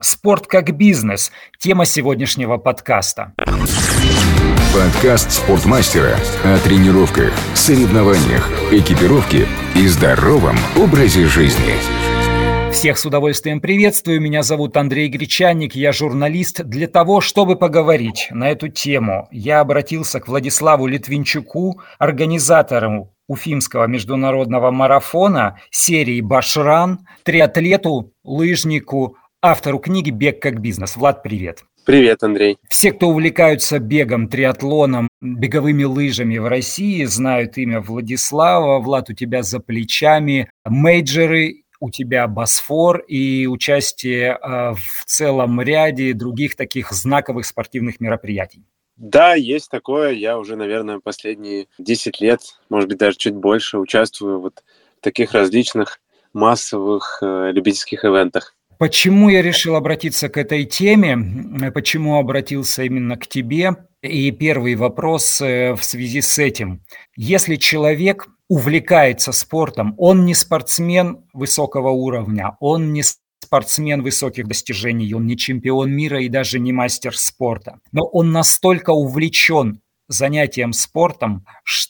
Спорт как бизнес. Тема сегодняшнего подкаста. Подкаст спортмастера о тренировках, соревнованиях, экипировке и здоровом образе жизни. Всех с удовольствием приветствую. Меня зовут Андрей Гречанник, я журналист. Для того, чтобы поговорить на эту тему, я обратился к Владиславу Литвинчуку, организатору Уфимского международного марафона серии «Башран», триатлету, лыжнику, автору книги «Бег как бизнес». Влад, привет. Привет, Андрей. Все, кто увлекаются бегом, триатлоном, беговыми лыжами в России, знают имя Владислава. Влад, у тебя за плечами мейджоры, у тебя Босфор и участие в целом ряде других таких знаковых спортивных мероприятий. Да, есть такое. Я уже, наверное, последние 10 лет, может быть, даже чуть больше, участвую в таких различных массовых любительских ивентах. Почему я решил обратиться к этой теме? Почему обратился именно к тебе? И первый вопрос в связи с этим. Если человек увлекается спортом, он не спортсмен высокого уровня, он не спортсмен высоких достижений, он не чемпион мира и даже не мастер спорта, но он настолько увлечен занятием спортом,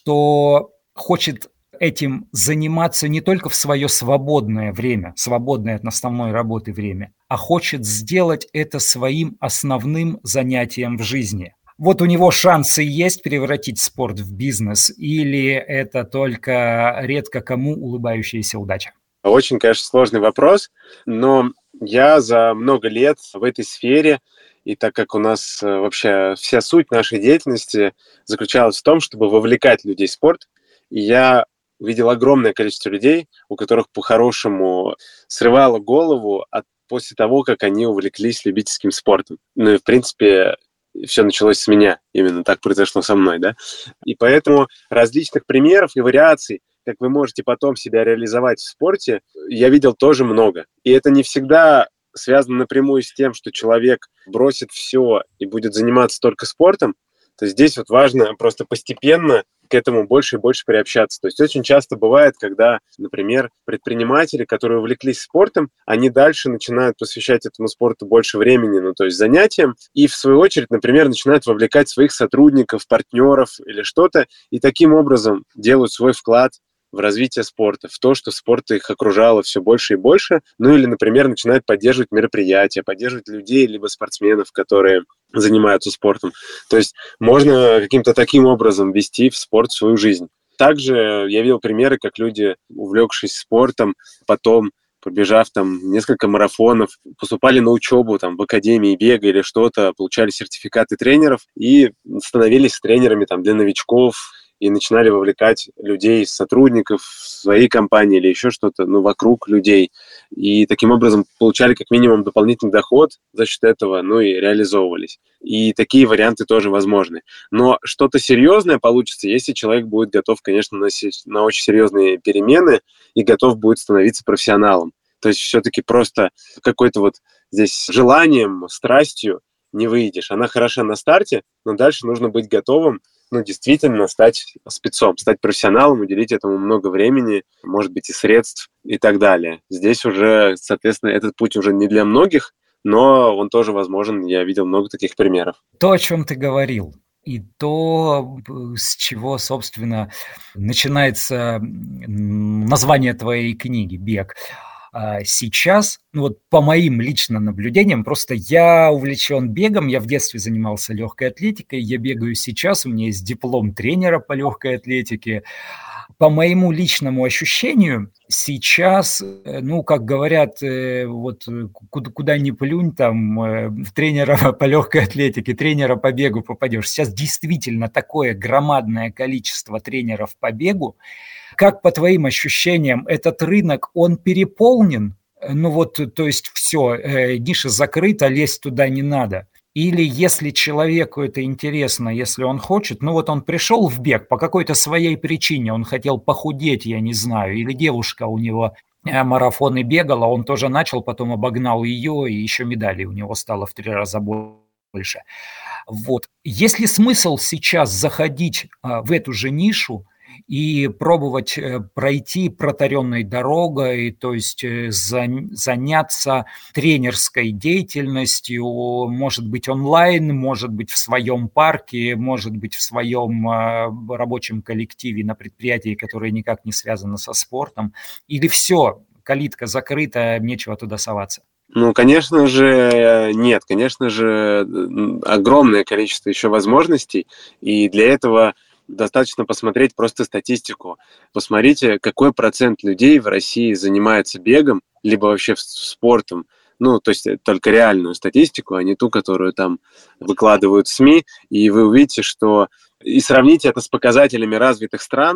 что хочет этим заниматься не только в свое свободное время, свободное от основной работы время, а хочет сделать это своим основным занятием в жизни. Вот у него шансы есть превратить спорт в бизнес, или это только редко кому улыбающаяся удача? Очень, конечно, сложный вопрос, но я за много лет в этой сфере, и так как у нас вообще вся суть нашей деятельности заключалась в том, чтобы вовлекать людей в спорт, и я видел огромное количество людей, у которых по-хорошему срывало голову после того, как они увлеклись любительским спортом. Ну и, в принципе, все началось с меня. Именно так произошло со мной, да. И поэтому различных примеров и вариаций, как вы можете потом себя реализовать в спорте, я видел тоже много. И это не всегда связано напрямую с тем, что человек бросит все и будет заниматься только спортом. То есть здесь вот важно просто постепенно к этому больше и больше приобщаться. То есть очень часто бывает, когда, например, предприниматели, которые увлеклись спортом, они дальше начинают посвящать этому спорту больше времени, ну то есть занятиям, и в свою очередь, например, начинают вовлекать своих сотрудников, партнеров или что-то, и таким образом делают свой вклад в развитие спорта, в то, что спорт их окружало все больше и больше, ну или, например, начинают поддерживать мероприятия, поддерживать людей, либо спортсменов, которые занимаются спортом. То есть можно каким-то таким образом ввести в спорт свою жизнь. Также я видел примеры, как люди, увлекшись спортом, потом пробежав там несколько марафонов, поступали на учебу там в академии бега или что-то, получали сертификаты тренеров и становились тренерами там для новичков, и начинали вовлекать людей, сотрудников в своей компании или еще что-то, ну, вокруг людей. И таким образом получали как минимум дополнительный доход за счет этого, ну, и реализовывались. И такие варианты тоже возможны. Но что-то серьезное получится, если человек будет готов, конечно, на очень серьезные перемены и готов будет становиться профессионалом. То есть все-таки просто какой-то вот здесь желанием, страстью не выйдешь. Она хороша на старте, но дальше нужно быть готовым, ну, действительно стать спецом, стать профессионалом, уделить этому много времени, может быть, и средств и так далее. Здесь уже, соответственно, этот путь уже не для многих, но он тоже возможен. Я видел много таких примеров. То, о чем ты говорил, и то, с чего, собственно, начинается название твоей книги «Бег». Сейчас, ну вот по моим личным наблюдениям, просто я увлечен бегом, я в детстве занимался легкой атлетикой, я бегаю сейчас, у меня есть диплом тренера по легкой атлетике. По моему личному ощущению, сейчас, ну, как говорят, вот куда ни плюнь, там, в тренера по легкой атлетике, тренера по бегу попадешь. Сейчас действительно такое громадное количество тренеров по бегу. Как по твоим ощущениям, этот рынок, он переполнен? Ну вот, то есть все, ниша закрыта, лезть туда не надо. Или если человеку это интересно, если он хочет, ну вот он пришел в бег по какой-то своей причине, он хотел похудеть, я не знаю, или девушка у него марафоны бегала, он тоже начал, потом обогнал ее, и еще медалей у него стало в 3 раза больше. Вот. Есть ли смысл сейчас заходить в эту же нишу и пробовать пройти протаренной дорогой, то есть заняться тренерской деятельностью, может быть онлайн, может быть в своем парке, может быть в своем рабочем коллективе на предприятии, которое никак не связано со спортом, или все, калитка закрыта, нечего туда соваться? Ну, конечно же, нет. Конечно же, огромное количество еще возможностей, и для этого достаточно посмотреть просто статистику. Посмотрите, какой процент людей в России занимается бегом, либо вообще спортом. Ну, то есть только реальную статистику, а не ту, которую там выкладывают СМИ, и вы увидите, что... И сравните это с показателями развитых стран,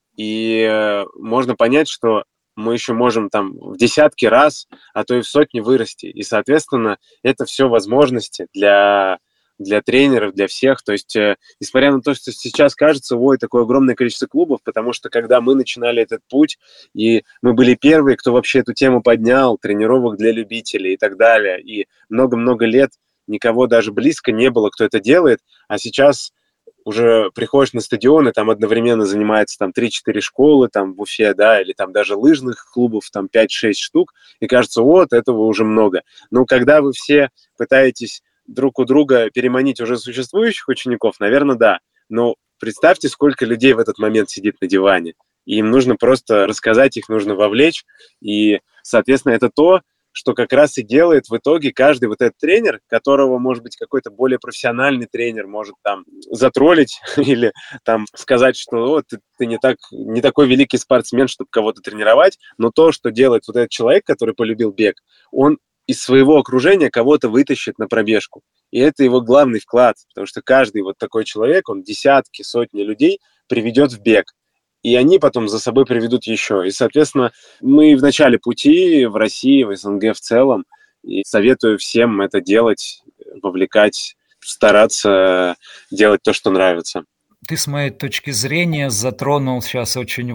и можно понять, что мы еще можем там в десятки раз, а то и в сотни вырасти. И, соответственно, это все возможности для тренеров, для всех. То есть, несмотря на то, что сейчас кажется, ой, такое огромное количество клубов, потому что когда мы начинали этот путь, и мы были первые, кто вообще эту тему поднял, тренировок для любителей и так далее, и много-много лет никого даже близко не было, кто это делает, а сейчас уже приходишь на стадион, и там одновременно занимается там 3-4 школы там в Уфе, да, или там даже лыжных клубов, там 5-6 штук, и кажется, вот, этого уже много. Но когда вы все пытаетесь друг у друга переманить уже существующих учеников, наверное, да. Но представьте, сколько людей в этот момент сидит на диване. И им нужно просто рассказать, их нужно вовлечь. И, соответственно, это то, что как раз и делает в итоге каждый вот этот тренер, которого, может быть, какой-то более профессиональный тренер может там затроллить или там сказать, что ты не такой великий спортсмен, чтобы кого-то тренировать, но то, что делает вот этот человек, который полюбил бег, он из своего окружения кого-то вытащит на пробежку. И это его главный вклад, потому что каждый вот такой человек, он десятки, сотни людей приведет в бег. И они потом за собой приведут еще. И, соответственно, мы в начале пути в России, в СНГ в целом, и советую всем это делать, вовлекать, стараться делать то, что нравится. Ты, с моей точки зрения, затронул сейчас очень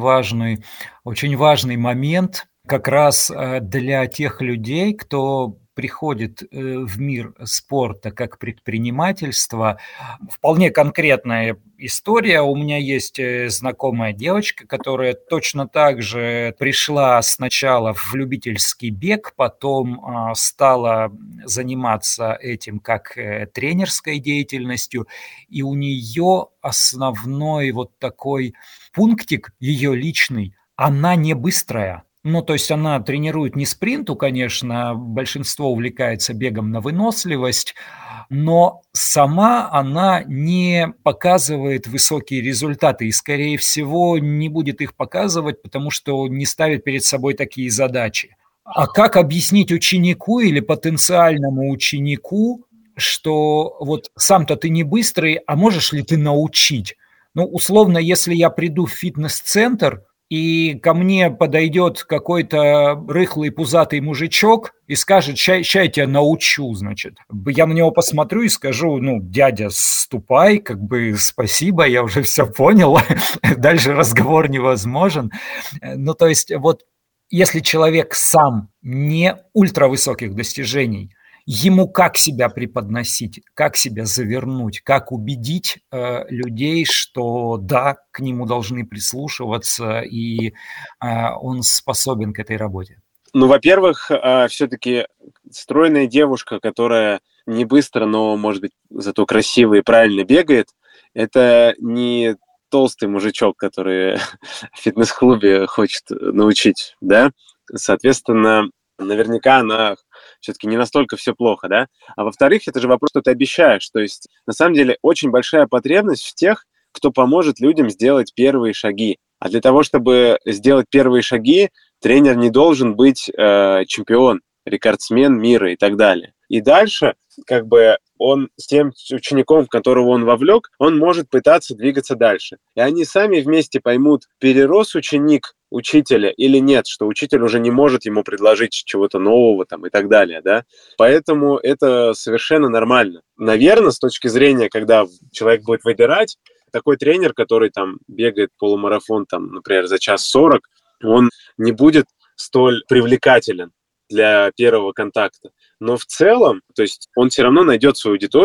важный момент как раз для тех людей, кто приходит в мир спорта как предпринимательство. Вполне конкретная история. У меня есть знакомая девочка, которая точно так же пришла сначала в любительский бег, потом стала заниматься этим как тренерской деятельностью, и у нее основной вот такой пунктик ее личный, она не быстрая. Ну, то есть она тренирует не спринту, конечно, большинство увлекается бегом на выносливость, но сама она не показывает высокие результаты и, скорее всего, не будет их показывать, потому что не ставит перед собой такие задачи. А как объяснить ученику или потенциальному ученику, что вот сам-то ты не быстрый, а можешь ли ты научить? Ну, условно, если я приду в фитнес-центр, и ко мне подойдет какой-то рыхлый пузатый мужичок и скажет, ща я тебя научу, значит. Я на него посмотрю и скажу, ну, дядя, ступай, как бы спасибо, я уже все понял, дальше разговор невозможен. Ну, то есть вот если человек сам не ультравысоких достижений, ему как себя преподносить, как себя завернуть, как убедить людей, что да, к нему должны прислушиваться, и он способен к этой работе? Ну, во-первых, все-таки стройная девушка, которая не быстро, но, может быть, зато красиво и правильно бегает, это не толстый мужичок, который в фитнес-клубе хочет научить, да? Соответственно, наверняка она все-таки не настолько все плохо, да? А во-вторых, это же вопрос, что ты обещаешь. То есть, на самом деле, очень большая потребность в тех, кто поможет людям сделать первые шаги. А для того, чтобы сделать первые шаги, тренер не должен быть чемпион, рекордсмен мира и так далее. И дальше, как бы, он с тем учеником, которого он вовлек, он может пытаться двигаться дальше. И они сами вместе поймут, перерос ученик учителя или нет, что учитель уже не может ему предложить чего-то нового там, и так далее. Да? Поэтому это совершенно нормально. Наверное, с точки зрения, когда человек будет выбирать, такой тренер, который там бегает полумарафон, там, например, за 1:40, он не будет столь привлекателен для первого контакта. Но в целом, то есть он все равно найдет свою аудиторию,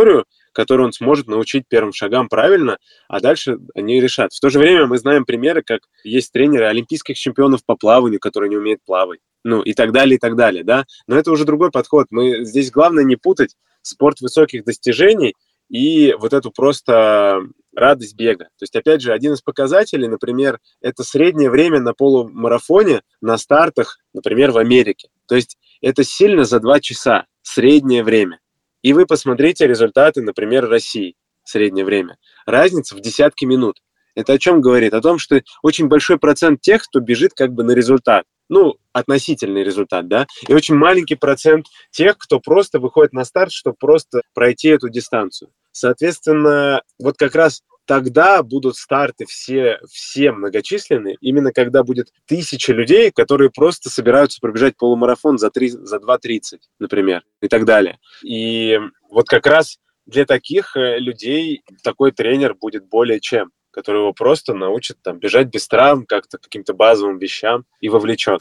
который он сможет научить первым шагам правильно, а дальше они решат. В то же время мы знаем примеры, как есть тренеры олимпийских чемпионов по плаванию, которые не умеют плавать, ну и так далее, да. Но это уже другой подход. Здесь главное не путать спорт высоких достижений и вот эту просто радость бега. То есть, опять же, один из показателей, например, это среднее время на полумарафоне на стартах, например, в Америке. То есть это сильно за 2 часа среднее время. И вы посмотрите результаты, например, России, среднее время. Разница в десятки минут. Это о чем говорит? О том, что очень большой процент тех, кто бежит как бы на результат. Ну, относительный результат, да, и очень маленький процент тех, кто просто выходит на старт, чтобы просто пройти эту дистанцию. Соответственно, вот как раз тогда будут старты все многочисленные, именно когда будет 1000 людей, которые просто собираются пробежать полумарафон за 2:30, например, и так далее. И вот как раз для таких людей такой тренер будет более чем, который его просто научит там бежать без травм, как-то каким-то базовым вещам и вовлечет.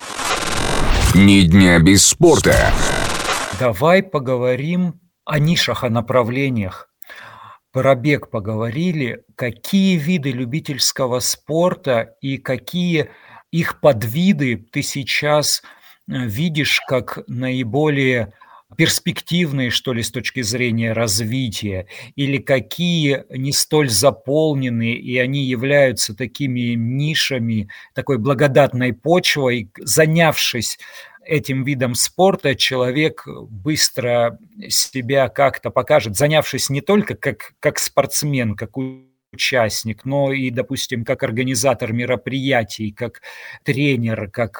Ни дня без спорта. Давай поговорим о нишах, о направлениях. Про бег поговорили. Какие виды любительского спорта и какие их подвиды ты сейчас видишь как наиболее перспективные, что ли, с точки зрения развития, или какие не столь заполненные, и они являются такими нишами, такой благодатной почвой, занявшись этим видом спорта, человек быстро себя как-то покажет, занявшись не только как спортсмен, как участник, но и, допустим, как организатор мероприятий, как тренер, как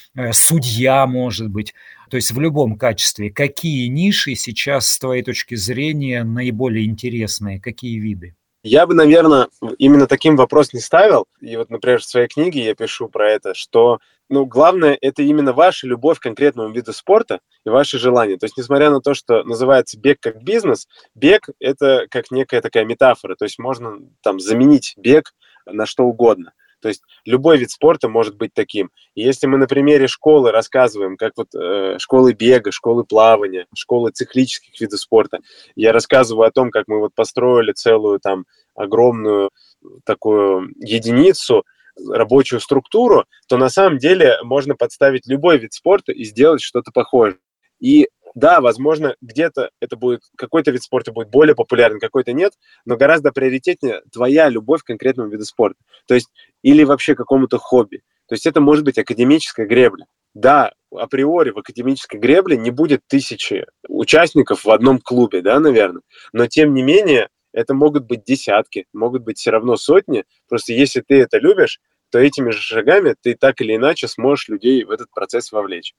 судья, может быть. То есть в любом качестве. Какие ниши сейчас, с твоей точки зрения, наиболее интересные? Какие виды? Я бы, наверное, именно таким вопрос не ставил. И вот, например, в своей книге я пишу про это, что главное – это именно ваша любовь к конкретному виду спорта и ваше желание. То есть, несмотря на то, что называется бег как бизнес, бег – это как некая такая метафора. То есть можно там заменить бег на что угодно. То есть любой вид спорта может быть таким. И если мы на примере школы рассказываем, как вот школы бега, школы плавания, школы циклических видов спорта, я рассказываю о том, как мы вот построили целую там огромную такую единицу, рабочую структуру, то на самом деле можно подставить любой вид спорта и сделать что-то похожее. И да, возможно, где-то это будет, какой-то вид спорта будет более популярен, какой-то нет, но гораздо приоритетнее твоя любовь к конкретному виду спорта. То есть, или вообще какому-то хобби. То есть это может быть академическая гребля. Да, априори в академической гребле не будет 1000 участников в одном клубе, да, наверное, но тем не менее это могут быть десятки, могут быть все равно сотни. Просто если ты это любишь, то этими же шагами ты так или иначе сможешь людей в этот процесс вовлечь.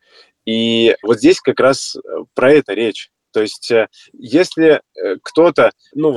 И вот здесь как раз про это речь. То есть если кто-то,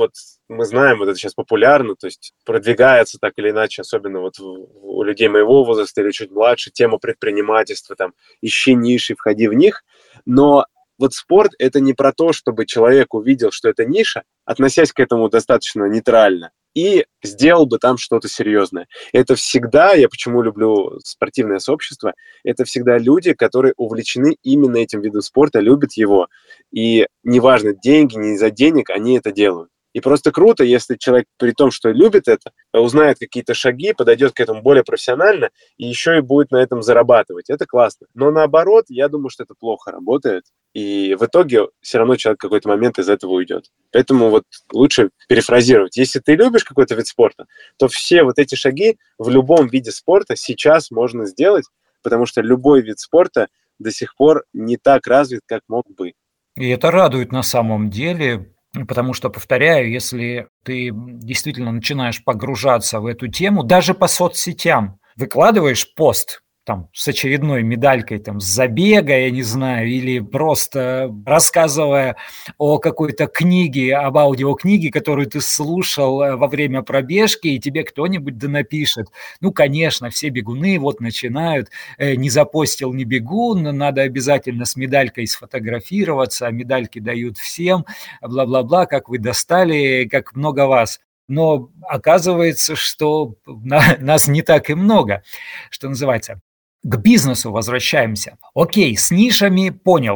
мы знаем, вот это сейчас популярно, то есть продвигается так или иначе, особенно вот у людей моего возраста или чуть младше, тема предпринимательства, там, ищи ниши, входи в них, но вот спорт – это не про то, чтобы человек увидел, что это ниша, относясь к этому достаточно нейтрально, и сделал бы там что-то серьезное. Это всегда, я почему люблю спортивное сообщество, это всегда люди, которые увлечены именно этим видом спорта, любят его, и неважно, деньги, не из-за денег, они это делают. И просто круто, если человек, при том, что любит это, узнает какие-то шаги, подойдет к этому более профессионально и еще и будет на этом зарабатывать. Это классно. Но наоборот, я думаю, что это плохо работает. И в итоге все равно человек в какой-то момент из этого уйдет. Поэтому вот лучше перефразировать. Если ты любишь какой-то вид спорта, то все вот эти шаги в любом виде спорта сейчас можно сделать, потому что любой вид спорта до сих пор не так развит, как мог бы. И это радует на самом деле. Потому что, повторяю, если ты действительно начинаешь погружаться в эту тему, даже по соцсетям, выкладываешь пост там с очередной медалькой там с забега, я не знаю, или просто рассказывая о какой-то книге, об аудиокниге, которую ты слушал во время пробежки, и тебе кто-нибудь да напишет: ну, конечно, все бегуны вот начинают, не запостил, не бегун, надо обязательно с медалькой сфотографироваться, а медальки дают всем, бла-бла-бла, как вы достали, как много вас. Но оказывается, что нас не так и много, что называется. К бизнесу возвращаемся. Окей, с нишами понял.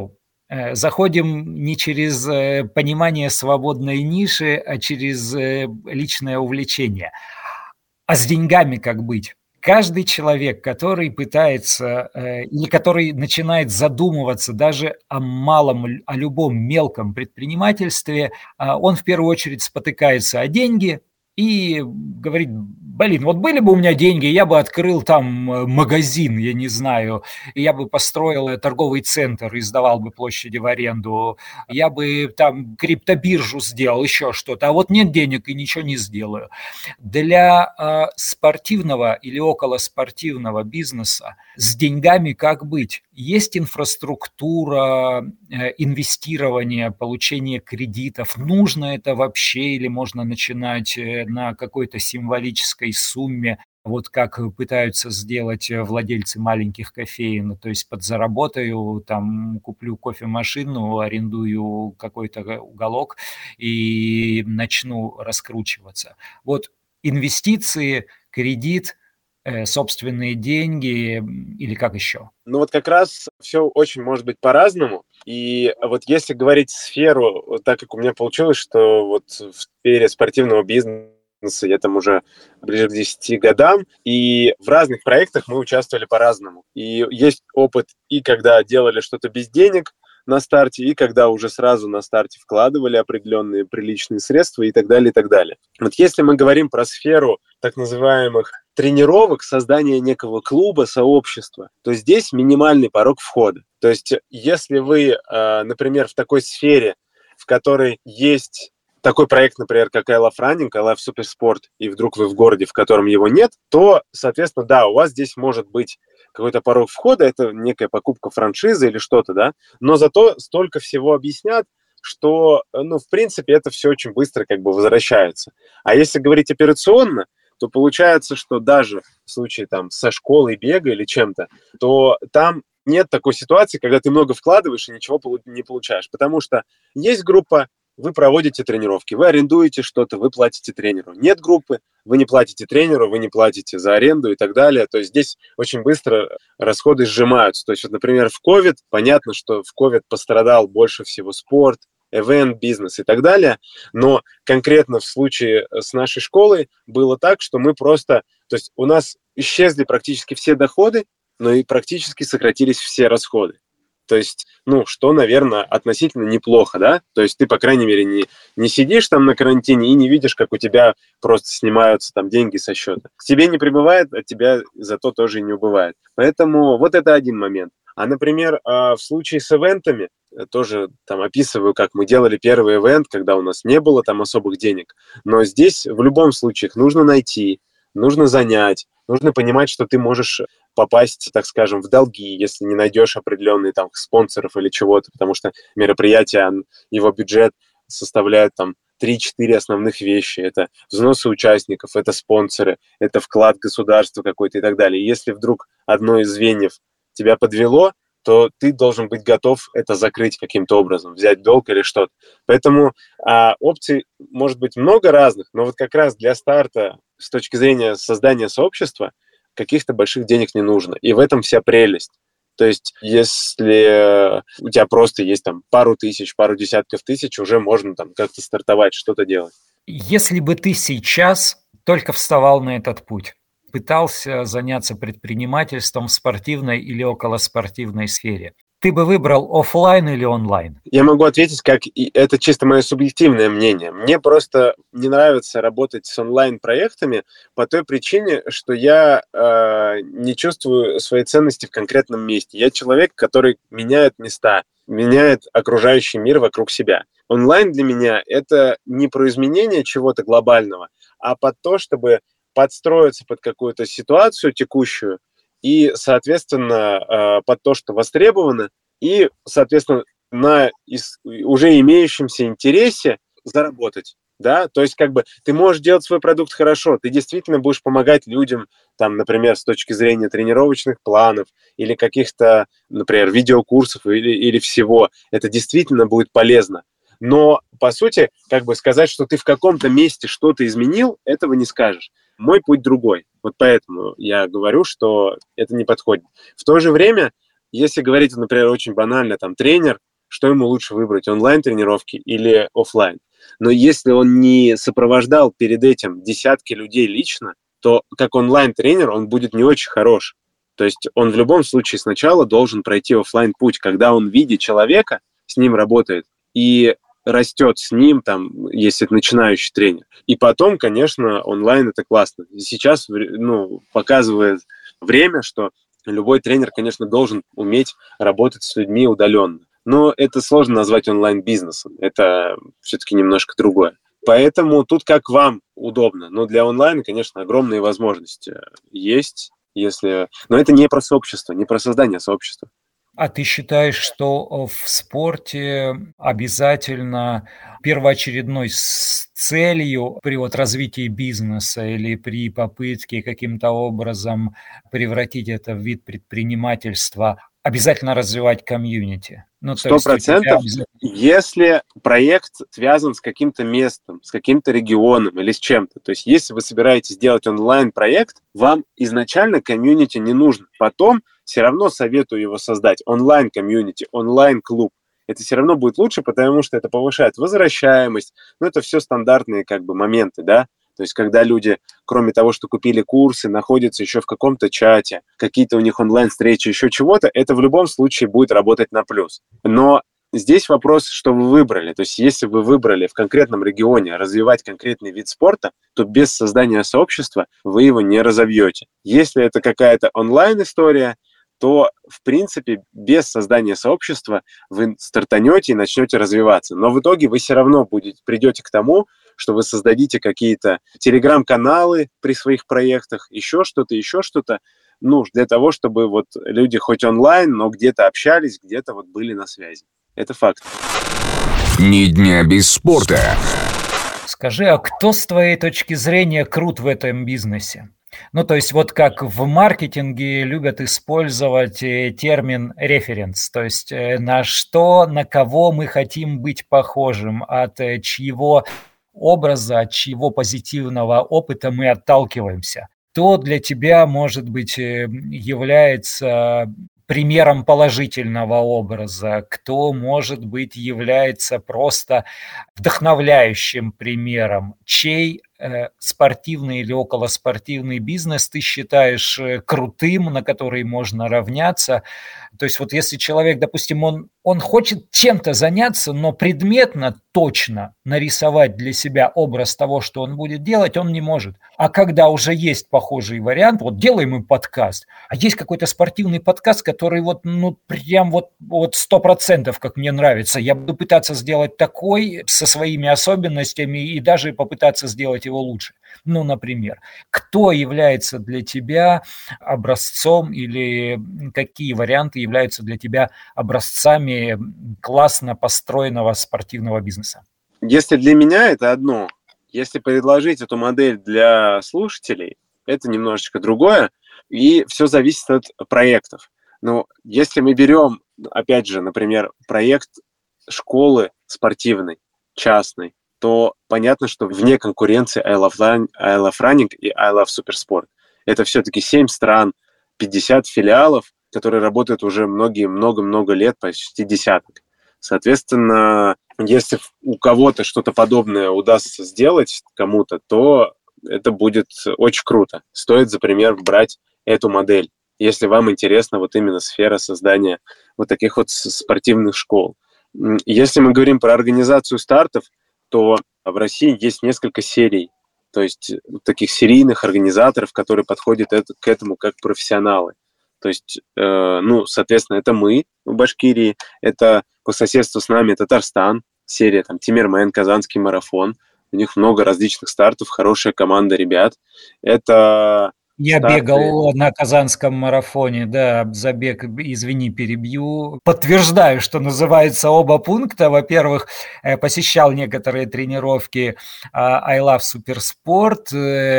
Заходим не через понимание свободной ниши, а через личное увлечение. А с деньгами как быть? Каждый человек, который пытается или который начинает задумываться даже о малом, о любом мелком предпринимательстве, он в первую очередь спотыкается о деньги и говорит: блин, вот были бы у меня деньги, я бы открыл там магазин, я не знаю, я бы построил торговый центр и сдавал бы площади в аренду, я бы там криптобиржу сделал, еще что-то, а вот нет денег и ничего не сделаю. Для спортивного или околоспортивного бизнеса с деньгами как быть? Есть инфраструктура, инвестирование, получение кредитов. Нужно это вообще или можно начинать на какой-то символической сумме, вот как пытаются сделать владельцы маленьких кофеен, то есть подзаработаю, там куплю кофемашину, арендую какой-то уголок и начну раскручиваться. Вот инвестиции, кредит, собственные деньги или как еще? Ну вот как раз все очень может быть по-разному. И вот если говорить сферу, вот так как у меня получилось, что вот в сфере спортивного бизнеса я там уже ближе к 10 годам, и в разных проектах мы участвовали по-разному. И есть опыт и когда делали что-то без денег на старте, и когда уже сразу на старте вкладывали определенные приличные средства и так далее, и так далее. Вот если мы говорим про сферу так называемых тренировок, создания некого клуба, сообщества, то здесь минимальный порог входа. То есть если вы, например, в такой сфере, в которой есть такой проект, например, как I Love Running, I Love Supersport, и вдруг вы в городе, в котором его нет, то, соответственно, да, у вас здесь может быть какой-то порог входа, это некая покупка франшизы или что-то, да, но зато столько всего объяснят, что, ну, в принципе, это все очень быстро как бы возвращается. А если говорить операционно, то получается, что даже в случае там со школой бега или чем-то, то там нет такой ситуации, когда ты много вкладываешь и ничего не получаешь. Потому что есть группа, вы проводите тренировки, вы арендуете что-то, вы платите тренеру. Нет группы, вы не платите тренеру, вы не платите за аренду и так далее. То есть здесь очень быстро расходы сжимаются. То есть, вот, например, в COVID, понятно, что в COVID пострадал больше всего спорт, event, бизнес и так далее, но конкретно в случае с нашей школой было так, что мы просто, то есть у нас исчезли практически все доходы, но и практически сократились все расходы. То есть, ну, что, наверное, относительно неплохо, да? То есть ты, по крайней мере, не сидишь там на карантине и не видишь, как у тебя просто снимаются там деньги со счета. К тебе не прибывает, от тебя зато тоже и не убывает. Поэтому вот это один момент. А, например, в случае с ивентами, тоже там описываю, как мы делали первый ивент, когда у нас не было там особых денег. Но здесь в любом случае их нужно найти, нужно занять, нужно понимать, что ты можешь попасть, так скажем, в долги, если не найдешь определенные там спонсоров или чего-то, потому что мероприятие, его бюджет составляет там 3-4 основных вещи. Это взносы участников, это спонсоры, это вклад государства какой-то и так далее. И если вдруг одно из звеньев тебя подвело, то ты должен быть готов это закрыть каким-то образом, взять долг или что-то. Поэтому опций может быть много разных, но вот как раз для старта с точки зрения создания сообщества каких-то больших денег не нужно. И в этом вся прелесть. То есть если у тебя просто есть там пару тысяч, пару десятков тысяч, уже можно там как-то стартовать, что-то делать. Если бы ты сейчас только вставал на этот путь, пытался заняться предпринимательством в спортивной или околоспортивной сфере, ты бы выбрал офлайн или онлайн? Я могу ответить, как и это чисто мое субъективное мнение. Мне просто не нравится работать с онлайн-проектами по той причине, что я не чувствую своей ценности в конкретном месте. Я человек, который меняет места, меняет окружающий мир вокруг себя. Онлайн для меня это не про изменение чего-то глобального, а под то, чтобы подстроиться под какую-то ситуацию текущую и, соответственно, под то, что востребовано, и, соответственно, на уже имеющемся интересе заработать. Да? То есть как бы ты можешь делать свой продукт хорошо, ты действительно будешь помогать людям, там, например, с точки зрения тренировочных планов или каких-то, например, видеокурсов или всего. Это действительно будет полезно. Но, по сути, как бы сказать, что ты в каком-то месте что-то изменил, этого не скажешь. Мой путь другой. Вот поэтому я говорю, что это не подходит. В то же время, если говорить, например, очень банально, там, тренер, что ему лучше выбрать, онлайн-тренировки или офлайн. Но если он не сопровождал перед этим десятки людей лично, то как онлайн-тренер он будет не очень хорош. То есть он в любом случае сначала должен пройти офлайн путь, когда он видит человека, с ним работает и растет с ним, там, если это начинающий тренер. И потом, конечно, онлайн это классно. И сейчас показывает время, что любой тренер, конечно, должен уметь работать с людьми удаленно. Но это сложно назвать онлайн-бизнесом. Это все-таки немножко другое. Поэтому тут как вам удобно. Но для онлайна, конечно, огромные возможности есть. Но это не про сообщество, не про создание сообщества. А ты считаешь, что в спорте обязательно первоочередной целью при развитии бизнеса или при попытке каким-то образом превратить это в вид предпринимательства обязательно развивать комьюнити? 100%, если проект связан с каким-то местом, с каким-то регионом или с чем-то. То есть если вы собираетесь делать онлайн-проект, вам изначально комьюнити не нужно. Потом все равно советую его создать. Онлайн-комьюнити, онлайн-клуб. Это все равно будет лучше, потому что это повышает возвращаемость. Это все стандартные моменты, да. То есть когда люди, кроме того, что купили курсы, находятся еще в каком-то чате, какие-то у них онлайн-встречи, еще чего-то, это в любом случае будет работать на плюс. Но здесь вопрос, что вы выбрали. То есть если вы выбрали в конкретном регионе развивать конкретный вид спорта, то без создания сообщества вы его не разовьете. Если это какая-то онлайн-история, то, в принципе, без создания сообщества вы стартанете и начнете развиваться. Но в итоге вы все равно придете к тому, что вы создадите какие-то телеграм-каналы при своих проектах, еще что-то, для того, чтобы люди хоть онлайн, но где-то общались, где-то были на связи. Это факт. Ни дня без спорта. Скажи, а кто с твоей точки зрения крут в этом бизнесе? То есть как в маркетинге любят использовать термин референс, то есть на кого мы хотим быть похожим, от чьего образа, от чьего позитивного опыта мы отталкиваемся. Кто для тебя, может быть, является примером положительного образа, кто, может быть, является просто вдохновляющим примером, чей спортивный или околоспортивный бизнес ты считаешь крутым, на который можно равняться. То есть если человек, допустим, он хочет чем-то заняться, но предметно точно нарисовать для себя образ того, что он будет делать, он не может. А когда уже есть похожий вариант, делаем мы подкаст, а есть какой-то спортивный подкаст, который прям 100%, как мне нравится, я буду пытаться сделать такой со своими особенностями и даже попытаться сделать его лучше. Например, кто является для тебя образцом или какие варианты являются для тебя образцами классно построенного спортивного бизнеса? Если для меня это одно, если предложить эту модель для слушателей, это немножечко другое, и все зависит от проектов. Если мы берем, опять же, например, проект школы спортивной, частной, то понятно, что вне конкуренции I Love Running и I Love Supersport. Это все-таки 7 стран, 50 филиалов, которые работают уже много-много лет, почти десяток. Соответственно, если у кого-то что-то подобное удастся сделать кому-то, то это будет очень круто. Стоит за пример брать эту модель, если вам интересна именно сфера создания таких спортивных школ. Если мы говорим про организацию стартов, то в России есть несколько серий, то есть таких серийных организаторов, которые подходят к этому как профессионалы. То есть, соответственно, это мы в Башкирии, это по соседству с нами Татарстан, серия Тимирмен, Казанский марафон. У них много различных стартов, хорошая команда ребят. Это Я бегал на Казанском марафоне, да, забег, извини, перебью. Подтверждаю, что называется оба пункта. Во-первых, посещал некоторые тренировки I Love Supersport,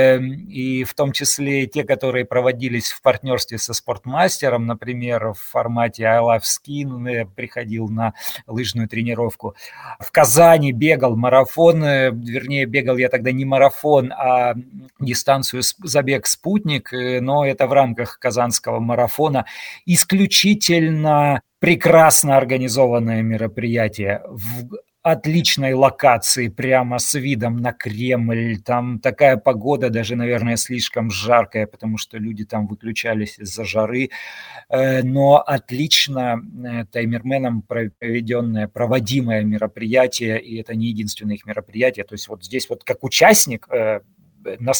и в том числе те, которые проводились в партнерстве со спортмастером, например, в формате I Love Skin, приходил на лыжную тренировку. В Казани бегал марафон, вернее, бегал я тогда не марафон, а дистанцию забег «Спутник». «Спутник», но это в рамках Казанского марафона. Исключительно прекрасно организованное мероприятие в отличной локации, прямо с видом на Кремль. Там такая погода, даже, наверное, слишком жаркая, потому что люди там выключались из-за жары. Но отлично таймерменом проводимое мероприятие, и это не единственное их мероприятие. То есть вот здесь вот как участник на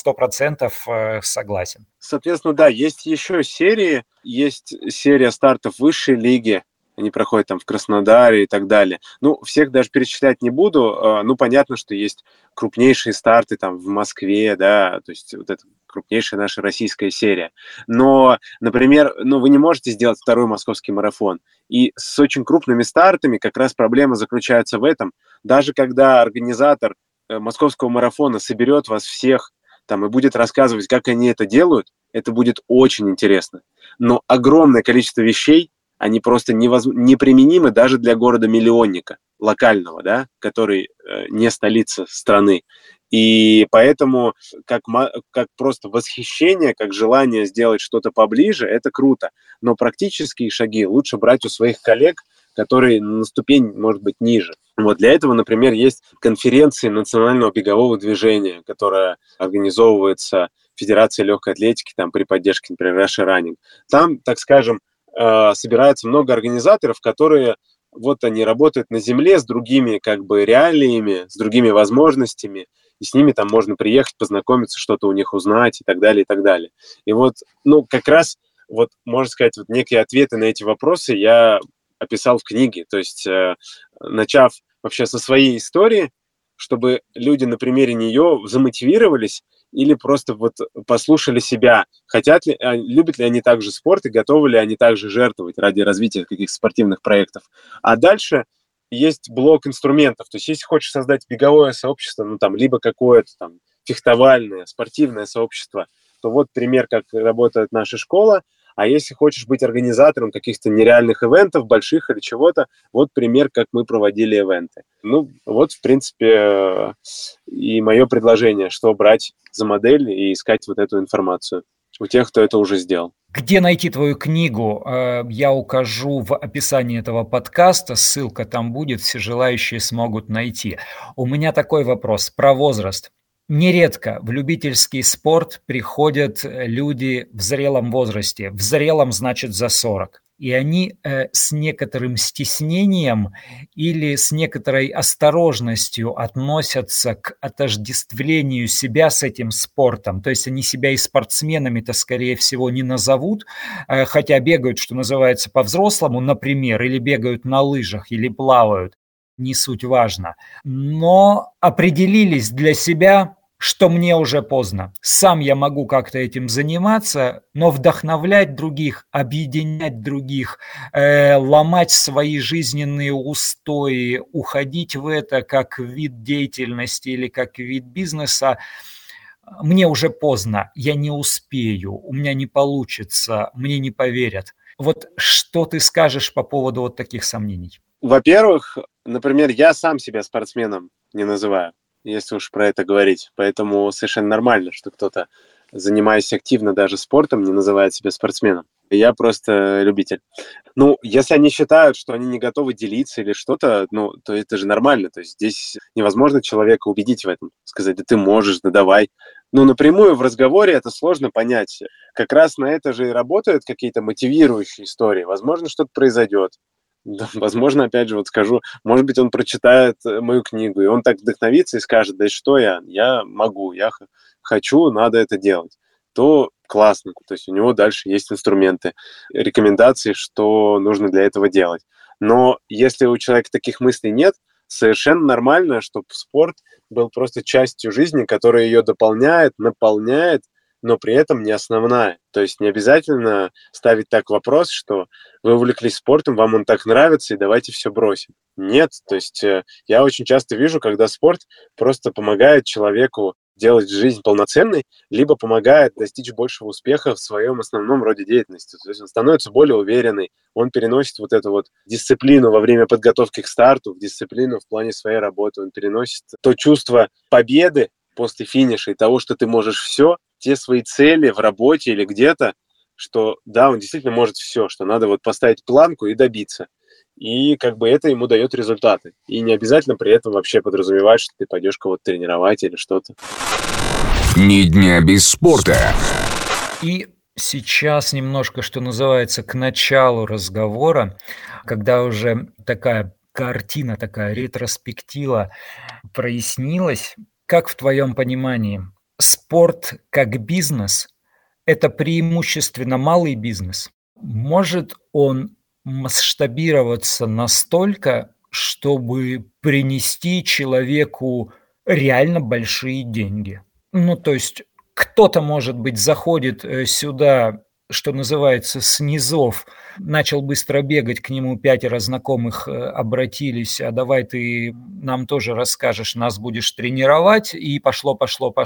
100% согласен. Соответственно, да, есть еще серии. Есть серия стартов высшей лиги. Они проходят там в Краснодаре и так далее. Ну, всех даже перечислять не буду. Ну, понятно, что есть крупнейшие старты там в Москве, да, то есть вот это крупнейшая наша российская серия. Но, например, вы не можете сделать второй московский марафон. И с очень крупными стартами как раз проблема заключается в этом. Даже когда организатор московского марафона соберет вас всех там и будет рассказывать, как они это делают, это будет очень интересно. Но огромное количество вещей, они просто неприменимы даже для города-миллионника, локального, да, который не столица страны. И поэтому как просто восхищение, как желание сделать что-то поближе, это круто. Но практические шаги лучше брать у своих коллег, которые на ступень, может быть, ниже. Вот для этого, например, есть конференции национального бегового движения, которая организовывается Федерацией легкой атлетики там, при поддержке, например, Russia Running. Там, так скажем, собирается много организаторов, которые вот они работают на земле с другими как бы реалиями, с другими возможностями, и с ними там можно приехать, познакомиться, что-то у них узнать и так далее, и так далее. И вот, как раз, вот, можно сказать, вот некие ответы на эти вопросы я описал в книге, то есть начав вообще со своей истории, чтобы люди на примере нее замотивировались или просто вот послушали себя, любят ли они также спорт и готовы ли они также жертвовать ради развития каких-то спортивных проектов. А дальше есть блок инструментов. То есть если хочешь создать беговое сообщество, либо какое-то там фехтовальное, спортивное сообщество, то вот пример, как работает наша школа. А если хочешь быть организатором каких-то нереальных ивентов, больших или чего-то, вот пример, как мы проводили ивенты. Вот, в принципе, и мое предложение, что брать за модель и искать вот эту информацию у тех, кто это уже сделал. Где найти твою книгу, я укажу в описании этого подкаста, ссылка там будет, все желающие смогут найти. У меня такой вопрос про возраст. Нередко в любительский спорт приходят люди в зрелом возрасте. В зрелом значит за 40. И они с некоторым стеснением или с некоторой осторожностью относятся к отождествлению себя с этим спортом. То есть они себя и спортсменами-то, скорее всего, не назовут, хотя бегают, что называется, по-взрослому, например, или бегают на лыжах, или плавают. Не суть важно. Но определились для себя, что мне уже поздно. Сам я могу как-то этим заниматься, но вдохновлять других, объединять других, ломать свои жизненные устои, уходить в это как вид деятельности или как вид бизнеса, мне уже поздно, я не успею, у меня не получится, мне не поверят. Вот что ты скажешь по поводу вот таких сомнений? Во-первых, например, я сам себя спортсменом не называю, если уж про это говорить. Поэтому совершенно нормально, что кто-то, занимаясь активно даже спортом, не называет себя спортсменом. Я просто любитель. Если они считают, что они не готовы делиться или что-то, то это же нормально. То есть здесь невозможно человека убедить в этом. Сказать, да ты можешь, да давай. Напрямую в разговоре это сложно понять. Как раз на это же и работают какие-то мотивирующие истории. Возможно, что-то произойдет. Да, возможно, опять же, вот скажу, может быть, он прочитает мою книгу, и он так вдохновится и скажет, да что я могу, я хочу, надо это делать. То классно, то есть у него дальше есть инструменты, рекомендации, что нужно для этого делать. Но если у человека таких мыслей нет, совершенно нормально, чтобы спорт был просто частью жизни, которая ее дополняет, наполняет, но при этом не основная. То есть не обязательно ставить так вопрос, что вы увлеклись спортом, вам он так нравится, и давайте все бросим. Нет, то есть я очень часто вижу, когда спорт просто помогает человеку делать жизнь полноценной, либо помогает достичь большего успеха в своем основном роде деятельности. То есть он становится более уверенный, он переносит вот эту вот дисциплину во время подготовки к старту, в дисциплину в плане своей работы, он переносит то чувство победы после финиша и того, что ты можешь все, те свои цели в работе или где-то, что да, он действительно может все, что надо вот поставить планку и добиться. И как бы это ему дает результаты. И не обязательно при этом вообще подразумевать, что ты пойдешь кого-то тренировать или что-то. Ни дня без спорта. И сейчас немножко, что называется, к началу разговора, когда уже такая картина, такая ретроспектива прояснилась, как в твоем понимании спорт как бизнес – это преимущественно малый бизнес? Может он масштабироваться настолько, чтобы принести человеку реально большие деньги? Ну, то есть кто-то, может быть, заходит сюда, что называется, с низов, начал быстро бегать, к нему 5 знакомых обратились, а давай ты нам тоже расскажешь, нас будешь тренировать, и пошло.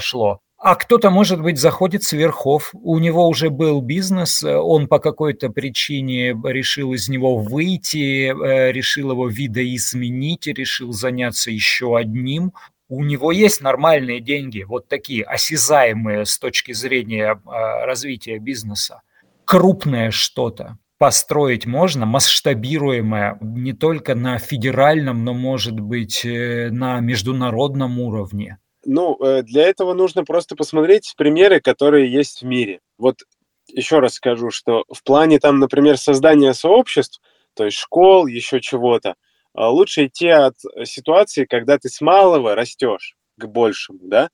А кто-то, может быть, заходит с верхов, у него уже был бизнес, он по какой-то причине решил из него выйти, решил его видоизменить, решил заняться еще одним. У него есть нормальные деньги, вот такие осязаемые с точки зрения развития бизнеса. Крупное что-то построить можно, масштабируемое не только на федеральном, но, может быть, на международном уровне. Ну, для этого нужно просто посмотреть примеры, которые есть в мире. Вот еще раз скажу, что в плане там, например, создания сообществ, то есть школ, еще чего-то, лучше идти от ситуации, когда ты с малого растешь к большему, да,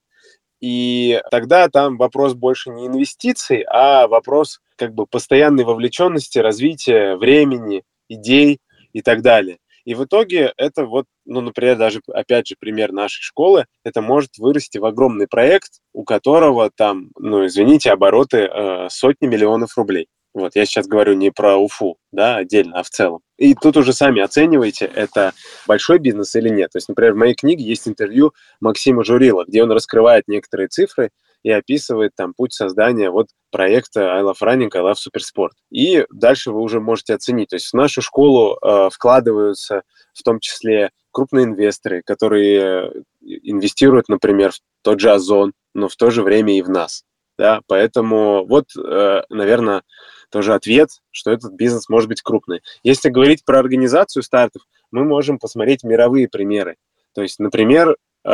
и тогда там вопрос больше не инвестиций, а вопрос как бы постоянной вовлеченности, развития времени, идей и так далее. И в итоге это вот, ну, например, даже, опять же, пример нашей школы, это может вырасти в огромный проект, у которого там, ну, извините, обороты сотни миллионов рублей. Вот, я сейчас говорю не про Уфу, да, отдельно, а в целом. И тут уже сами оцениваете, это большой бизнес или нет. То есть, например, в моей книге есть интервью Максима Журила, где он раскрывает некоторые цифры и описывает там путь создания вот проекта I Love Running, I Love Суперспорт. И дальше вы уже можете оценить. То есть в нашу школу вкладываются в том числе крупные инвесторы, которые инвестируют, например, в тот же Озон, но в то же время и в нас. Да? Поэтому вот, наверное, тоже ответ, что этот бизнес может быть крупный. Если говорить про организацию стартов, мы можем посмотреть мировые примеры. То есть, например,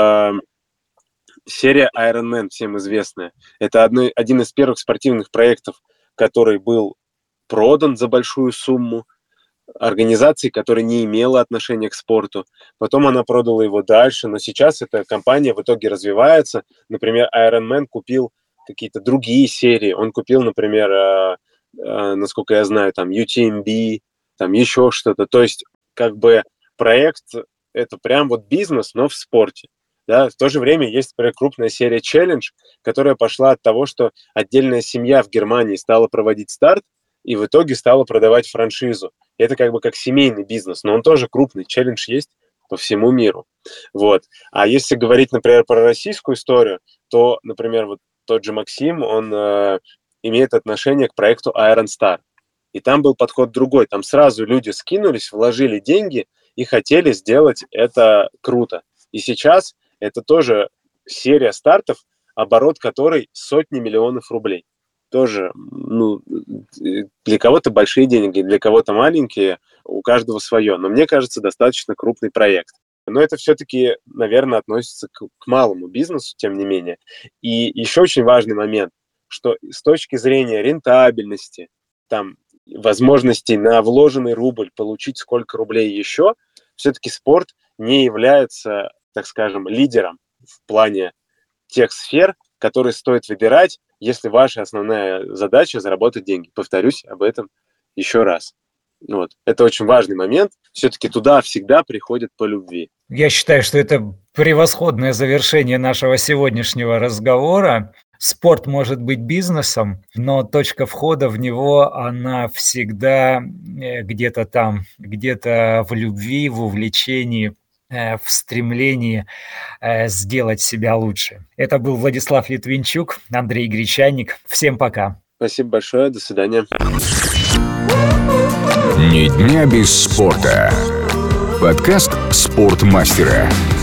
серия Ironman, всем известная. Это один из первых спортивных проектов, который был продан за большую сумму организации, которая не имела отношения к спорту. Потом она продала его дальше, но сейчас эта компания в итоге развивается. Например, Ironman купил какие-то другие серии. Он купил, например, насколько я знаю, там UTMB, там еще что-то. То есть, как бы проект – это прям вот бизнес, но в спорте. Да? В то же время есть, например, крупная серия Challenge, которая пошла от того, что отдельная семья в Германии стала проводить старт и в итоге стала продавать франшизу. И это как бы как семейный бизнес, но он тоже крупный. Challenge есть по всему миру. Вот. А если говорить, например, про российскую историю, то, например, вот тот же Максим, он имеет отношение к проекту Iron Star. И там был подход другой. Там сразу люди скинулись, вложили деньги и хотели сделать это круто. И сейчас это тоже серия стартов, оборот которой сотни миллионов рублей. Тоже, ну, для кого-то большие деньги, для кого-то маленькие, у каждого свое. Но мне кажется, достаточно крупный проект. Но это все-таки, наверное, относится к малому бизнесу, тем не менее. И еще очень важный момент, что с точки зрения рентабельности, там, возможностей на вложенный рубль получить сколько рублей еще, все-таки спорт не является, так скажем, лидером в плане тех сфер, которые стоит выбирать, если ваша основная задача заработать деньги. Повторюсь об этом еще раз. Вот. Это очень важный момент. Все-таки туда всегда приходят по любви. Я считаю, что это превосходное завершение нашего сегодняшнего разговора. Спорт может быть бизнесом, но точка входа в него, она всегда где-то там, где-то в любви, в увлечении, в стремлении сделать себя лучше. Это был Владислав Литвинчук, Андрей Гречанник. Всем пока. Спасибо большое. До свидания. Ни дня без спорта. Подкаст «Спортмастера».